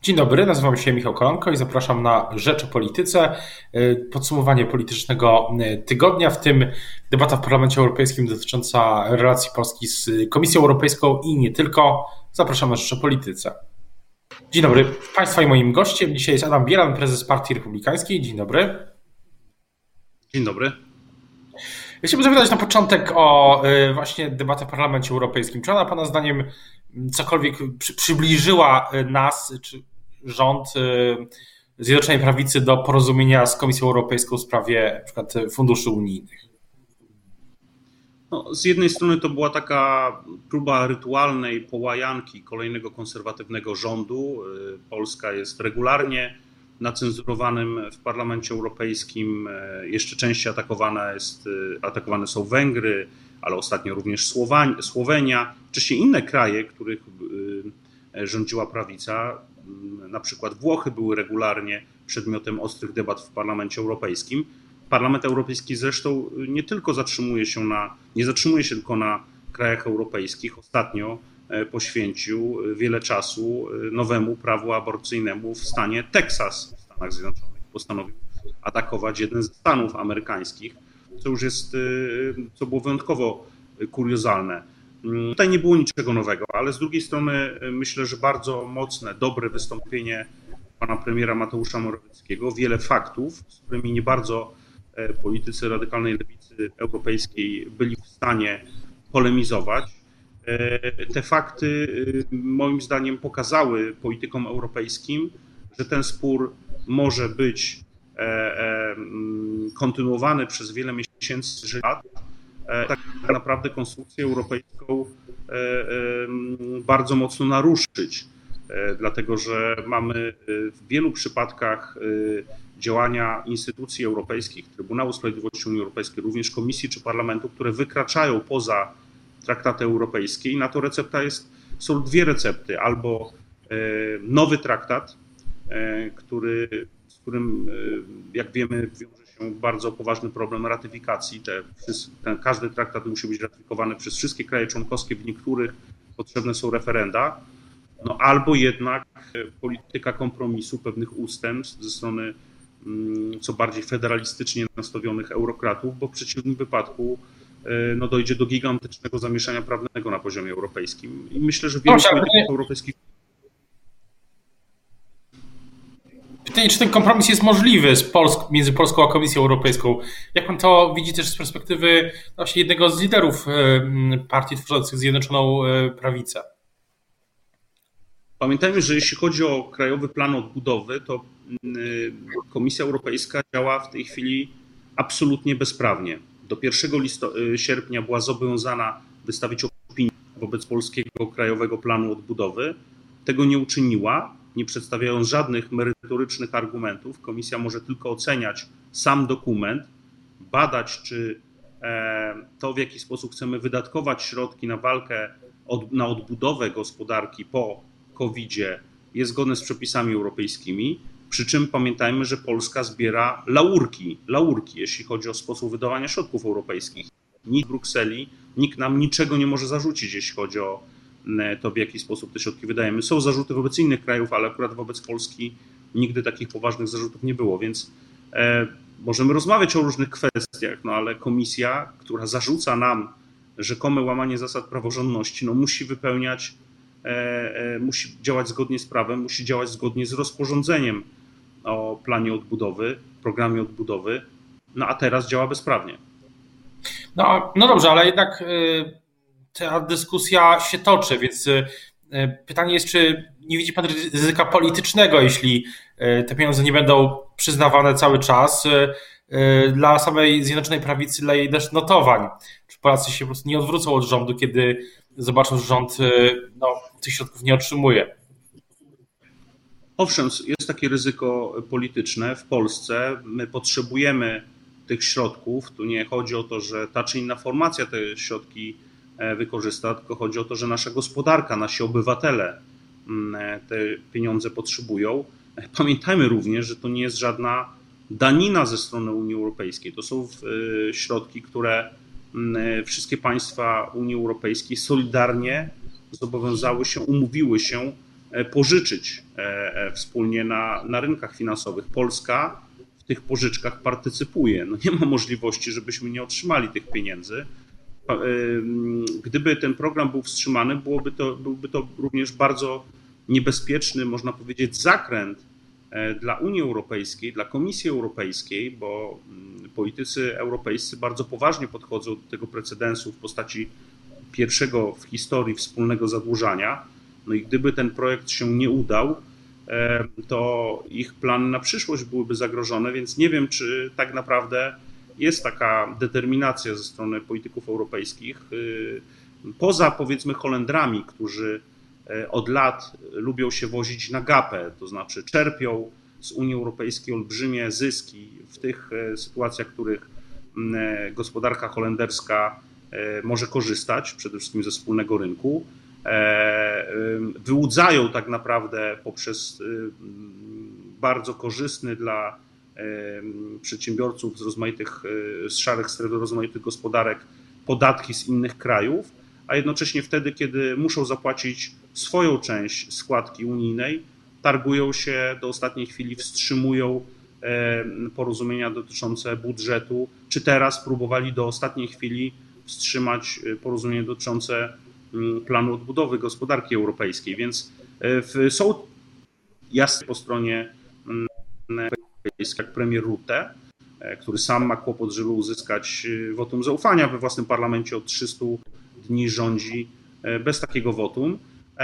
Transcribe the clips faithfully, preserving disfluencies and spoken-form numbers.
Dzień dobry, nazywam się Michał Kolanko i zapraszam na Rzecz o Polityce. Podsumowanie politycznego tygodnia, w tym debata w Parlamencie Europejskim dotycząca relacji Polski z Komisją Europejską i nie tylko. Zapraszam na Rzecz o Polityce. Dzień dobry, Państwa i moim gościem dzisiaj jest Adam Bielan, prezes Partii Republikańskiej. Dzień dobry. Dzień dobry. Ja chciałbym zapytać na początek o właśnie debatę w Parlamencie Europejskim. Czy ona Pana zdaniem cokolwiek przy, przybliżyła nas, czy rząd Zjednoczonej Prawicy do porozumienia z Komisją Europejską w sprawie na przykład funduszy unijnych? No, z jednej strony to była taka próba rytualnej połajanki kolejnego konserwatywnego rządu. Polska jest regularnie na cenzurowanym w Parlamencie Europejskim. Jeszcze częściej atakowana jest, atakowane są Węgry, ale ostatnio również Słowenia, wcześniej inne kraje, których rządziła prawica. Na przykład Włochy były regularnie przedmiotem ostrych debat w Parlamencie Europejskim. Parlament Europejski zresztą nie tylko zatrzymuje się na, nie zatrzymuje się tylko na krajach europejskich. Ostatnio poświęcił wiele czasu nowemu prawu aborcyjnemu w stanie Teksas w Stanach Zjednoczonych. Postanowił atakować jeden ze stanów amerykańskich, co już jest, co było wyjątkowo kuriozalne. Tutaj nie było niczego nowego, ale z drugiej strony myślę, że bardzo mocne, dobre wystąpienie pana premiera Mateusza Morawieckiego, wiele faktów, z którymi nie bardzo politycy radykalnej lewicy europejskiej byli w stanie polemizować. Te fakty moim zdaniem pokazały politykom europejskim, że ten spór może być kontynuowany przez wiele miesięcy czy lat. Tak naprawdę konstrukcję europejską bardzo mocno naruszyć, dlatego że mamy w wielu przypadkach działania instytucji europejskich, Trybunału Sprawiedliwości Unii Europejskiej, również Komisji czy Parlamentu, które wykraczają poza traktaty europejskie i na to recepta jest, są dwie recepty. Albo nowy traktat, który, z którym, jak wiemy, wiąże się bardzo poważny problem ratyfikacji. Te, ten, każdy traktat musi być ratyfikowany przez wszystkie kraje członkowskie, w niektórych potrzebne są referenda. No, albo jednak polityka kompromisu, pewnych ustępstw ze strony co bardziej federalistycznie nastawionych eurokratów, bo w przeciwnym wypadku no, dojdzie do gigantycznego zamieszania prawnego na poziomie europejskim. I myślę, że wielu polityków europejskich... Pytanie, czy ten kompromis jest możliwy z Polsk- między Polską a Komisją Europejską? Jak pan to widzi też z perspektywy właśnie jednego z liderów partii tworzących Zjednoczoną Prawicę? Pamiętajmy, że jeśli chodzi o Krajowy Plan Odbudowy, to Komisja Europejska działa w tej chwili absolutnie bezprawnie. Do pierwszego sierpnia była zobowiązana wystawić opinię wobec Polskiego Krajowego Planu Odbudowy. Tego nie uczyniła, nie przedstawiając żadnych merytorycznych argumentów. Komisja może tylko oceniać sam dokument, badać, czy to, w jaki sposób chcemy wydatkować środki na walkę, na odbudowę gospodarki po kowidzie, jest zgodne z przepisami europejskimi. Przy czym pamiętajmy, że Polska zbiera laurki, laurki, jeśli chodzi o sposób wydawania środków europejskich. Nikt w Brukseli, nikt nam niczego nie może zarzucić, jeśli chodzi o to, w jaki sposób te środki wydajemy. Są zarzuty wobec innych krajów, ale akurat wobec Polski nigdy takich poważnych zarzutów nie było, więc e, możemy rozmawiać o różnych kwestiach, no ale komisja, która zarzuca nam rzekome łamanie zasad praworządności, no musi wypełniać, e, e, musi działać zgodnie z prawem, musi działać zgodnie z rozporządzeniem o planie odbudowy, programie odbudowy, no a teraz działa bezprawnie. No, no dobrze, ale jednak ta dyskusja się toczy, więc pytanie jest, czy nie widzi pan ryzyka politycznego, jeśli te pieniądze nie będą przyznawane cały czas dla samej Zjednoczonej Prawicy, dla jej też notowań? Czy Polacy się po prostu nie odwrócą od rządu, kiedy zobaczą, że rząd no, tych środków nie otrzymuje? Owszem, jest takie ryzyko polityczne w Polsce. My potrzebujemy tych środków. Tu nie chodzi o to, że ta czy inna formacja te środki wykorzysta, tylko chodzi o to, że nasza gospodarka, nasi obywatele te pieniądze potrzebują. Pamiętajmy również, że to nie jest żadna danina ze strony Unii Europejskiej. To są środki, które wszystkie państwa Unii Europejskiej solidarnie zobowiązały się, umówiły się pożyczyć wspólnie na, na rynkach finansowych. Polska w tych pożyczkach partycypuje. No nie ma możliwości, żebyśmy nie otrzymali tych pieniędzy. Gdyby ten program był wstrzymany, byłoby to, byłby to również bardzo niebezpieczny, można powiedzieć, zakręt dla Unii Europejskiej, dla Komisji Europejskiej, bo politycy europejscy bardzo poważnie podchodzą do tego precedensu w postaci pierwszego w historii wspólnego zadłużania. No i gdyby ten projekt się nie udał, to ich plany na przyszłość byłyby zagrożone, więc nie wiem, czy tak naprawdę jest taka determinacja ze strony polityków europejskich, poza powiedzmy Holendrami, którzy od lat lubią się wozić na gapę, to znaczy czerpią z Unii Europejskiej olbrzymie zyski w tych sytuacjach, w których gospodarka holenderska może korzystać, przede wszystkim ze wspólnego rynku. Wyłudzają tak naprawdę poprzez bardzo korzystny dla przedsiębiorców z rozmaitych, z szarych stref rozmaitych gospodarek podatki z innych krajów, a jednocześnie wtedy, kiedy muszą zapłacić swoją część składki unijnej, targują się do ostatniej chwili, wstrzymują porozumienia dotyczące budżetu, czy teraz próbowali do ostatniej chwili wstrzymać porozumienie dotyczące planu odbudowy gospodarki europejskiej, więc są jasne po stronie jak premier Rutte, który sam ma kłopot, żeby uzyskać wotum zaufania we własnym parlamencie, od trzystu dni rządzi bez takiego wotum,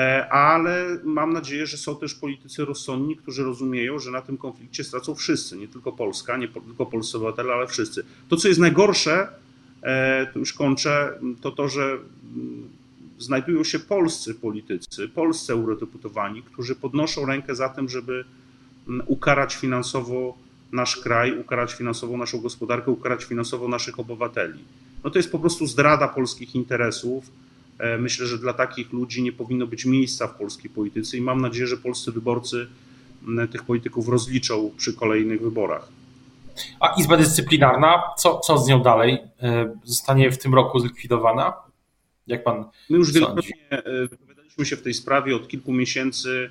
ale mam nadzieję, że są też politycy rozsądni, którzy rozumieją, że na tym konflikcie stracą wszyscy, nie tylko Polska, nie tylko polscy obywatele, ale wszyscy. To, co jest najgorsze, to już kończę, to to, że znajdują się polscy politycy, polscy eurodeputowani, którzy podnoszą rękę za tym, żeby ukarać finansowo nasz kraj, ukarać finansowo naszą gospodarkę, ukarać finansowo naszych obywateli. No to jest po prostu zdrada polskich interesów. Myślę, że dla takich ludzi nie powinno być miejsca w polskiej polityce i mam nadzieję, że polscy wyborcy tych polityków rozliczą przy kolejnych wyborach. A Izba Dyscyplinarna, co, co z nią dalej? Zostanie w tym roku zlikwidowana? Jak pan My już sądzi? wielokrotnie wypowiadaliśmy się w tej sprawie od kilku miesięcy.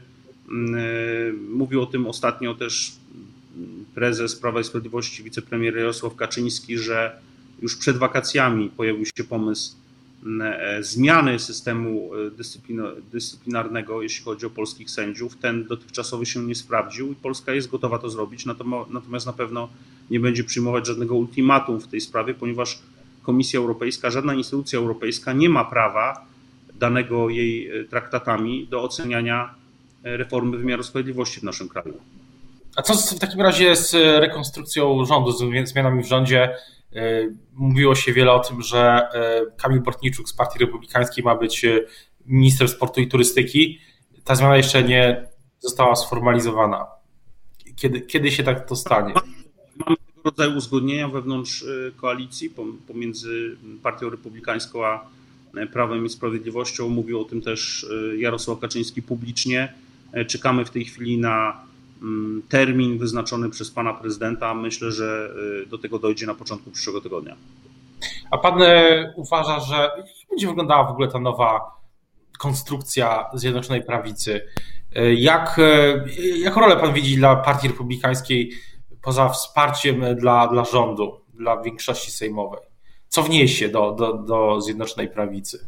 Mówił o tym ostatnio też prezes Prawa i Sprawiedliwości, wicepremier Jarosław Kaczyński, że już przed wakacjami pojawił się pomysł zmiany systemu dyscyplinarnego, jeśli chodzi o polskich sędziów. Ten dotychczasowy się nie sprawdził i Polska jest gotowa to zrobić, natomiast na pewno nie będzie przyjmować żadnego ultimatum w tej sprawie, ponieważ Komisja Europejska, żadna instytucja europejska nie ma prawa danego jej traktatami do oceniania reformy wymiaru sprawiedliwości w naszym kraju. A co w takim razie z rekonstrukcją rządu, z zmianami w rządzie? Mówiło się wiele o tym, że Kamil Bortniczuk z Partii Republikańskiej ma być ministrem sportu i turystyki. Ta zmiana jeszcze nie została sformalizowana. Kiedy, kiedy się tak to stanie? Mamy tego rodzaju uzgodnienia wewnątrz koalicji pomiędzy Partią Republikańską a Prawem i Sprawiedliwością. Mówił o tym też Jarosław Kaczyński publicznie. Czekamy w tej chwili na termin wyznaczony przez pana prezydenta. Myślę, że do tego dojdzie na początku przyszłego tygodnia. A pan uważa, że jak będzie wyglądała w ogóle ta nowa konstrukcja Zjednoczonej Prawicy? Jak, jaką rolę pan widzi dla Partii Republikańskiej poza wsparciem dla, dla rządu, dla większości sejmowej? Co wniesie do, do, do Zjednoczonej Prawicy?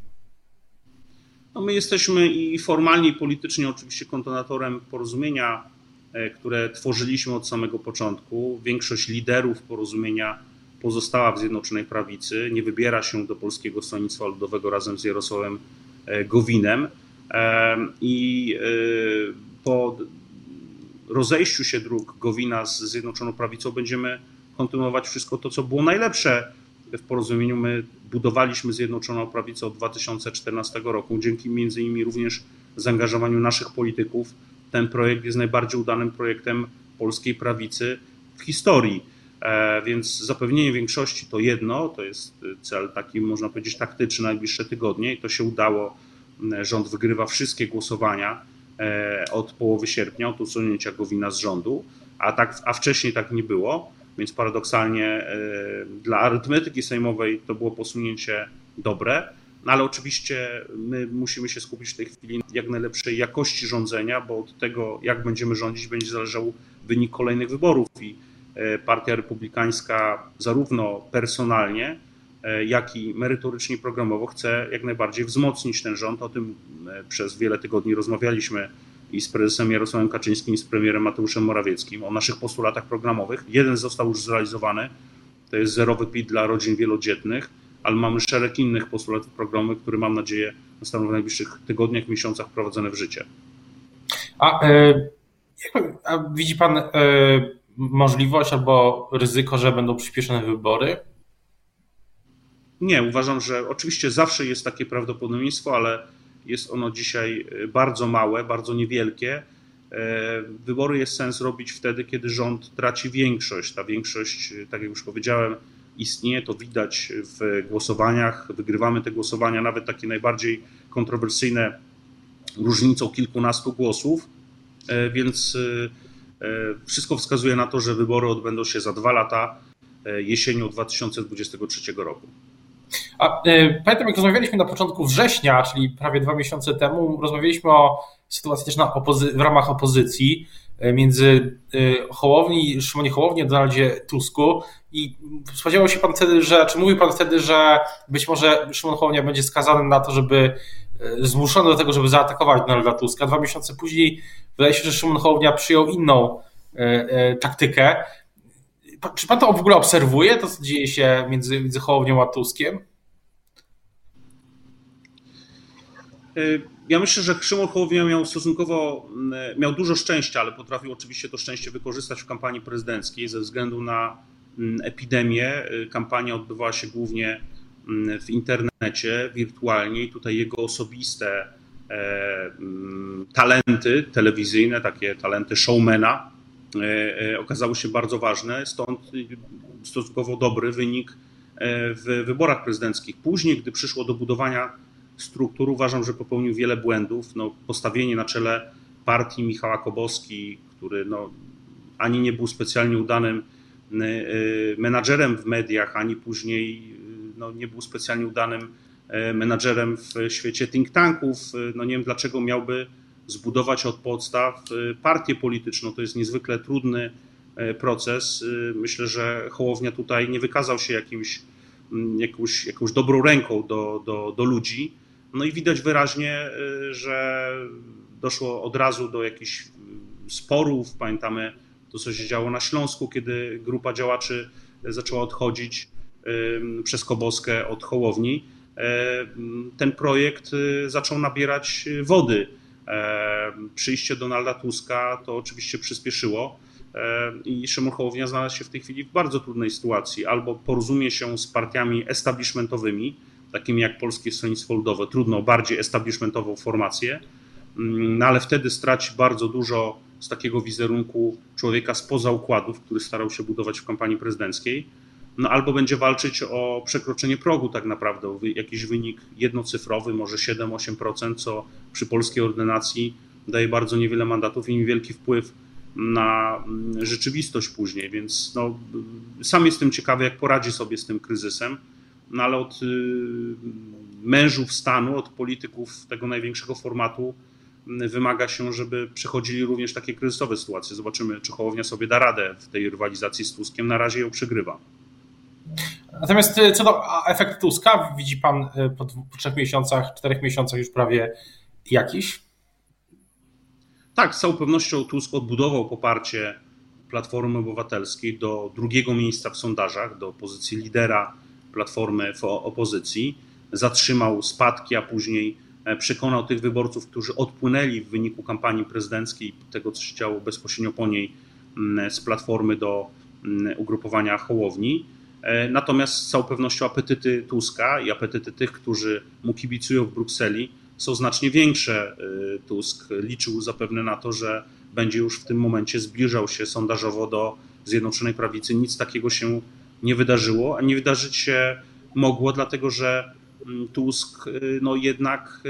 No my jesteśmy i formalnie, i politycznie oczywiście kontynuatorem porozumienia, które tworzyliśmy od samego początku. Większość liderów porozumienia pozostała w Zjednoczonej Prawicy, nie wybiera się do Polskiego Stronnictwa Ludowego razem z Jarosławem Gowinem i po rozejściu się dróg Gowina z Zjednoczoną Prawicą będziemy kontynuować wszystko to, co było najlepsze w porozumieniu. My budowaliśmy Zjednoczoną Prawicę od dwa tysiące czternastego roku. Dzięki między innymi również zaangażowaniu naszych polityków ten projekt jest najbardziej udanym projektem polskiej prawicy w historii. Więc zapewnienie większości to jedno, to jest cel taki, można powiedzieć, taktyczny na najbliższe tygodnie i to się udało. Rząd wygrywa wszystkie głosowania od połowy sierpnia, od usunięcia Gowina z rządu, a, tak, a wcześniej tak nie było. Więc paradoksalnie dla arytmetyki sejmowej to było posunięcie dobre. No ale oczywiście my musimy się skupić w tej chwili na jak najlepszej jakości rządzenia, bo od tego, jak będziemy rządzić, będzie zależał wynik kolejnych wyborów i Partia Republikańska zarówno personalnie, jak i merytorycznie i programowo chce jak najbardziej wzmocnić ten rząd. O tym przez wiele tygodni rozmawialiśmy i z prezesem Jarosławem Kaczyńskim, i z premierem Mateuszem Morawieckim o naszych postulatach programowych. Jeden został już zrealizowany, to jest zerowy P I T dla rodzin wielodzietnych, ale mamy szereg innych postulatów programowych, które mam nadzieję zostaną w najbliższych tygodniach, miesiącach wprowadzone w życie. A, y, a widzi pan y, możliwość albo ryzyko, że będą przyspieszone wybory? Nie, uważam, że oczywiście zawsze jest takie prawdopodobieństwo, ale jest ono dzisiaj bardzo małe, bardzo niewielkie. Wybory jest sens robić wtedy, kiedy rząd traci większość. Ta większość, tak jak już powiedziałem, istnieje, to widać w głosowaniach. Wygrywamy te głosowania, nawet takie najbardziej kontrowersyjne, różnicą kilkunastu głosów, więc wszystko wskazuje na to, że wybory odbędą się za dwa lata, jesienią dwa tysiące dwudziestego trzeciego roku. A, y, pamiętam, jak rozmawialiśmy na początku września, czyli prawie dwa miesiące temu, rozmawialiśmy o sytuacji też na opozy- w ramach opozycji między y, Hołowni, Szymonie Hołowni a Donaldzie Tusku i spodziewał się pan wtedy, że, czy mówił pan wtedy, że być może Szymon Hołownia będzie skazany na to, żeby y, zmuszony do tego, żeby zaatakować Donalda Tuska. Dwa miesiące później wydaje się, że Szymon Hołownia przyjął inną y, y, taktykę. Czy pan to w ogóle obserwuje, to co dzieje się między, między Hołownią a Tuskiem? Ja myślę, że Szymon Hołownia miał stosunkowo, miał dużo szczęścia, ale potrafił oczywiście to szczęście wykorzystać w kampanii prezydenckiej ze względu na epidemię. Kampania odbywała się głównie w internecie, wirtualnie i tutaj jego osobiste talenty telewizyjne, takie talenty showmana okazały się bardzo ważne, stąd stosunkowo dobry wynik w wyborach prezydenckich. Później, gdy przyszło do budowania struktur, uważam, że popełnił wiele błędów. No, postawienie na czele partii Michała Kobowski, który no, ani nie był specjalnie udanym menadżerem w mediach, ani później no, nie był specjalnie udanym menadżerem w świecie think tanków. No, nie wiem, dlaczego miałby zbudować od podstaw partię polityczną. To jest niezwykle trudny proces. Myślę, że Hołownia tutaj nie wykazał się jakimś, jakąś, jakąś dobrą ręką do, do, do ludzi. No i widać wyraźnie, że doszło od razu do jakichś sporów. Pamiętamy to, co się działo na Śląsku, kiedy grupa działaczy zaczęła odchodzić przez Kobowskę od Hołowni. Ten projekt zaczął nabierać wody. Przyjście Donalda Tuska to oczywiście przyspieszyło i Szymon Hołownia znalazł się w tej chwili w bardzo trudnej sytuacji. Albo porozumie się z partiami establishmentowymi, takimi jak Polskie Stronnictwo Ludowe, trudno bardziej establishmentową formację, no ale wtedy straci bardzo dużo z takiego wizerunku człowieka spoza układów, który starał się budować w kampanii prezydenckiej, no albo będzie walczyć o przekroczenie progu tak naprawdę, o jakiś wynik jednocyfrowy, może siedem osiem procent, co przy polskiej ordynacji daje bardzo niewiele mandatów i niewielki wpływ na rzeczywistość później, więc no, sam jestem ciekawy, jak poradzi sobie z tym kryzysem, no ale od mężów stanu, od polityków tego największego formatu wymaga się, żeby przechodzili również takie kryzysowe sytuacje. Zobaczymy, czy Hołownia sobie da radę w tej rywalizacji z Tuskiem. Na razie ją przegrywa. Natomiast co do efektu Tuska, widzi pan po, dwóch, po trzech miesiącach, czterech miesiącach już prawie jakiś? Tak, z całą pewnością Tusk odbudował poparcie Platformy Obywatelskiej do drugiego miejsca w sondażach, do pozycji lidera Platformy w opozycji. Zatrzymał spadki, a później przekonał tych wyborców, którzy odpłynęli w wyniku kampanii prezydenckiej, tego co się działo bezpośrednio po niej, z Platformy do ugrupowania Hołowni. Natomiast z całą pewnością apetyty Tuska i apetyty tych, którzy mu kibicują w Brukseli, są znacznie większe. Tusk liczył zapewne na to, że będzie już w tym momencie zbliżał się sondażowo do Zjednoczonej Prawicy. Nic takiego się nie wydarzyło, a nie wydarzyć się mogło, dlatego że Tusk no jednak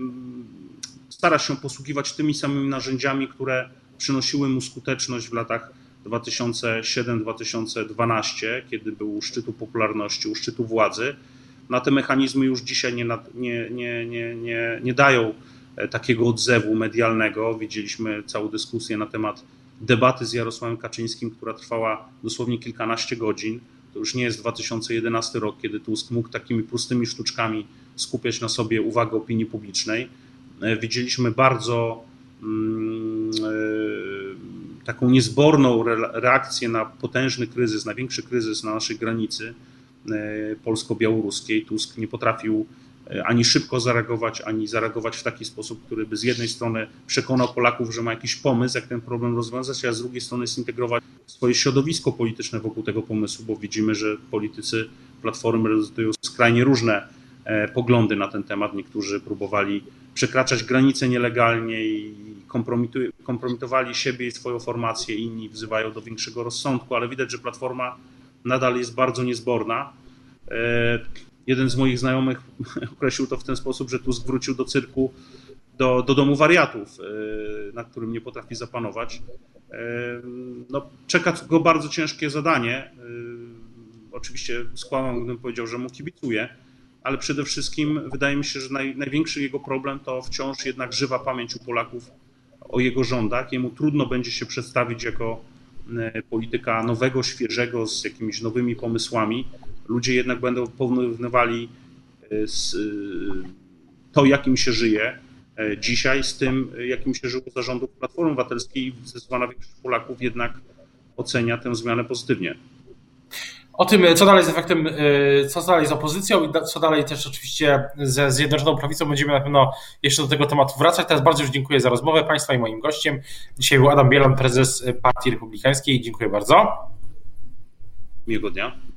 stara się posługiwać tymi samymi narzędziami, które przynosiły mu skuteczność w latach dwa tysiące siódmy do dwa tysiące dwunastego, kiedy był u szczytu popularności, u szczytu władzy. no te mechanizmy już dzisiaj nie, nie, nie, nie, nie, nie dają takiego odzewu medialnego. Widzieliśmy całą dyskusję na temat debaty z Jarosławem Kaczyńskim, która trwała dosłownie kilkanaście godzin. To już nie jest dwa tysiące jedenasty rok, kiedy Tusk mógł takimi prostymi sztuczkami skupiać na sobie uwagę opinii publicznej. Widzieliśmy bardzo mm, taką niezborną reakcję na potężny kryzys, największy kryzys na naszej granicy polsko-białoruskiej. Tusk nie potrafił ani szybko zareagować, ani zareagować w taki sposób, który by z jednej strony przekonał Polaków, że ma jakiś pomysł, jak ten problem rozwiązać, a z drugiej strony zintegrować swoje środowisko polityczne wokół tego pomysłu, bo widzimy, że politycy Platformy reprezentują skrajnie różne poglądy na ten temat. Niektórzy próbowali przekraczać granice nielegalnie i kompromitowali siebie i swoją formację, inni wzywają do większego rozsądku, ale widać, że Platforma nadal jest bardzo niezborna. Jeden z moich znajomych określił to w ten sposób, że Tusk wrócił do cyrku, do, do domu wariatów, na którym nie potrafi zapanować. No, czeka go bardzo ciężkie zadanie. Oczywiście skłamam, gdybym powiedział, że mu kibicuję, ale przede wszystkim wydaje mi się, że naj, największy jego problem to wciąż jednak żywa pamięć u Polaków o jego rządach. Jemu trudno będzie się przedstawić jako polityka nowego, świeżego, z jakimiś nowymi pomysłami. Ludzie jednak będą porównywali to, jakim się żyje dzisiaj, z tym, jakim się żyło za rządów Platformy Obywatelskiej, i zdecydowana większość Polaków jednak ocenia tę zmianę pozytywnie. O tym, co dalej z efektem, co dalej z opozycją i co dalej też oczywiście ze Zjednoczoną Prawicą, będziemy na pewno jeszcze do tego tematu wracać. Teraz bardzo już dziękuję za rozmowę Państwa i moim gościem. Dzisiaj był Adam Bielan, prezes Partii Republikańskiej. Dziękuję bardzo. Miłego dnia.